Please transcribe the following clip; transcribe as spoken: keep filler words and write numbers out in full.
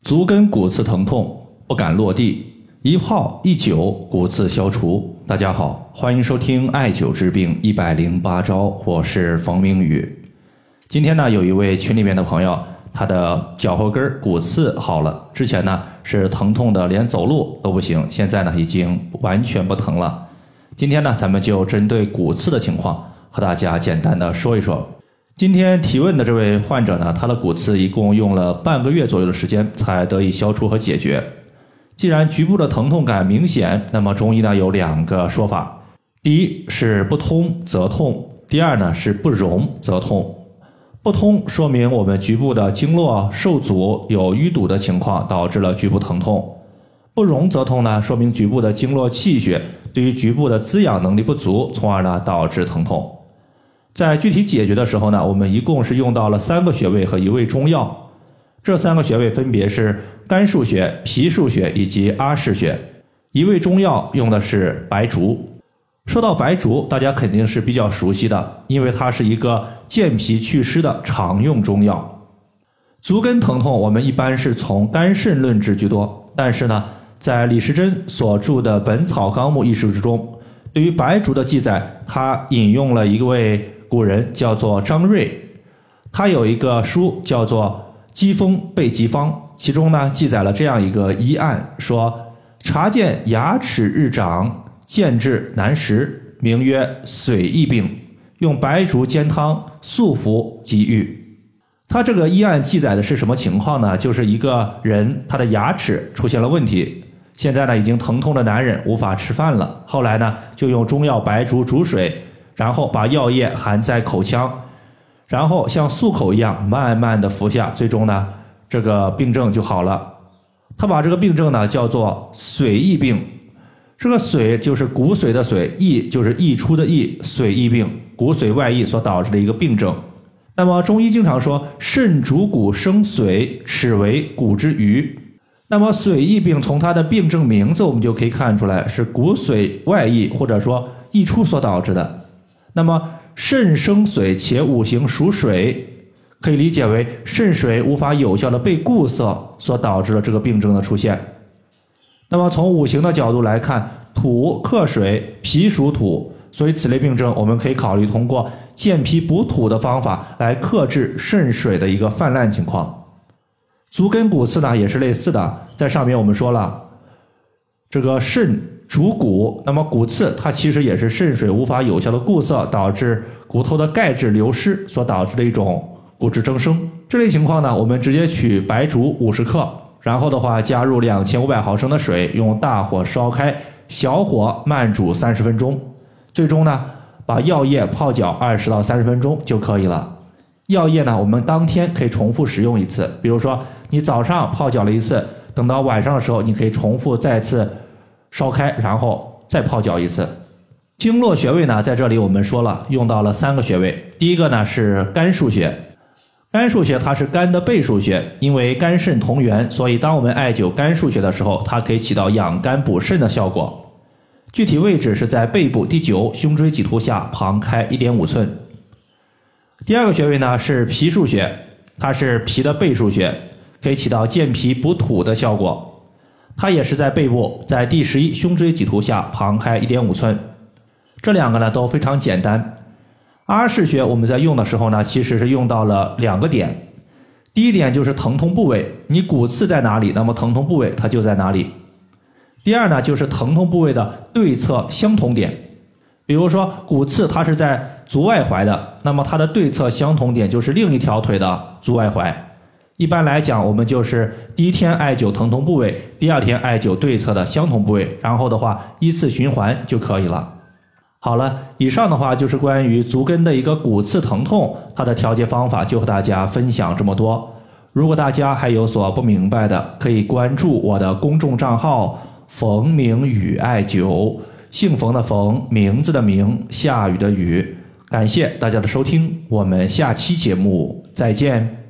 足跟骨刺疼痛不敢落地，一泡一灸骨刺消除。大家好，欢迎收听艾灸治病一百零八招，我是冯明宇。今天呢，有一位群里面的朋友，他的脚后跟骨刺好了，之前呢是疼痛的连走路都不行，现在呢已经完全不疼了。今天呢，咱们就针对骨刺的情况和大家简单的说一说。今天提问的这位患者呢，他的骨刺一共用了半个月左右的时间才得以消除和解决。既然局部的疼痛感明显，那么中医呢有两个说法，第一是不通则痛，第二呢是不溶则痛。不通说明我们局部的经络受阻，有淤堵的情况导致了局部疼痛。不溶则痛呢，说明局部的经络气血对于局部的滋养能力不足，从而呢导致疼痛。在具体解决的时候呢，我们一共是用到了三个穴位和一味中药。这三个穴位分别是肝腧穴、脾腧穴以及阿是穴。一味中药用的是白术。说到白术，大家肯定是比较熟悉的，因为它是一个健脾祛湿的常用中药。足跟疼痛我们一般是从肝肾论治居多，但是呢，在李时珍所著的《本草纲目异术》之中，对于白术的记载，他引用了一位古人叫做张瑞，他有一个书叫做《疾风备急方》，其中呢记载了这样一个医案，说察见牙齿日长，见治难食，名曰髓翳病，用白术煎汤速服即愈。他这个医案记载的是什么情况呢？就是一个人他的牙齿出现了问题，现在呢已经疼痛的男人无法吃饭了，后来呢就用中药白术煮水，然后把药液含在口腔，然后像漱口一样慢慢的服下，最终呢这个病症就好了。他把这个病症呢叫做髓翳病，这个髓就是骨髓的髓，翳就是溢出的溢，髓翳病，骨髓外溢所导致的一个病症。那么中医经常说肾主骨生髓，齿为骨之余。那么髓翳病从它的病症名字我们就可以看出来是骨髓外溢或者说溢出所导致的。那么肾生髓且五行属水，可以理解为肾水无法有效的被固涩所导致了这个病症的出现。那么从五行的角度来看，土克水，脾属土，所以此类病症我们可以考虑通过健脾补土的方法来克制肾水的一个泛滥情况。足跟骨刺呢也是类似的，在上面我们说了这个肾主骨，那么骨刺它其实也是肾水无法有效的固涩，导致骨头的钙质流失所导致的一种骨质增生。这类情况呢，我们直接取白术五十克，然后的话加入两千五百毫升的水，用大火烧开，小火慢煮三十分钟，最终呢把药液泡脚二十到三十分钟就可以了。药液呢我们当天可以重复使用一次，比如说你早上泡脚了一次，等到晚上的时候你可以重复再次烧开，然后再泡脚一次。经络穴位呢，在这里我们说了用到了三个穴位。第一个呢是肝腧穴。肝腧穴它是肝的背腧穴，因为肝肾同源，所以当我们艾灸肝腧穴的时候，它可以起到养肝补肾的效果。具体位置是在背部第九胸椎棘突下旁开 一点五寸。第二个穴位呢是脾腧穴，它是脾的背腧穴，可以起到健脾补土的效果。它也是在背部，在第十一胸椎棘突下旁开 一点五寸。这两个呢都非常简单。阿是穴我们在用的时候呢，其实是用到了两个点。第一点就是疼痛部位，你骨刺在哪里，那么疼痛部位它就在哪里。第二呢就是疼痛部位的对侧相同点，比如说骨刺它是在足外踝的，那么它的对侧相同点就是另一条腿的足外踝。一般来讲，我们就是第一天艾灸疼痛部位，第二天艾灸对侧的相同部位，然后的话依次循环就可以了。好了，以上的话就是关于足跟的一个骨刺疼痛，它的调节方法就和大家分享这么多。如果大家还有所不明白的，可以关注我的公众账号冯明宇艾灸，姓冯的冯，名字的名，下雨的雨。感谢大家的收听，我们下期节目再见。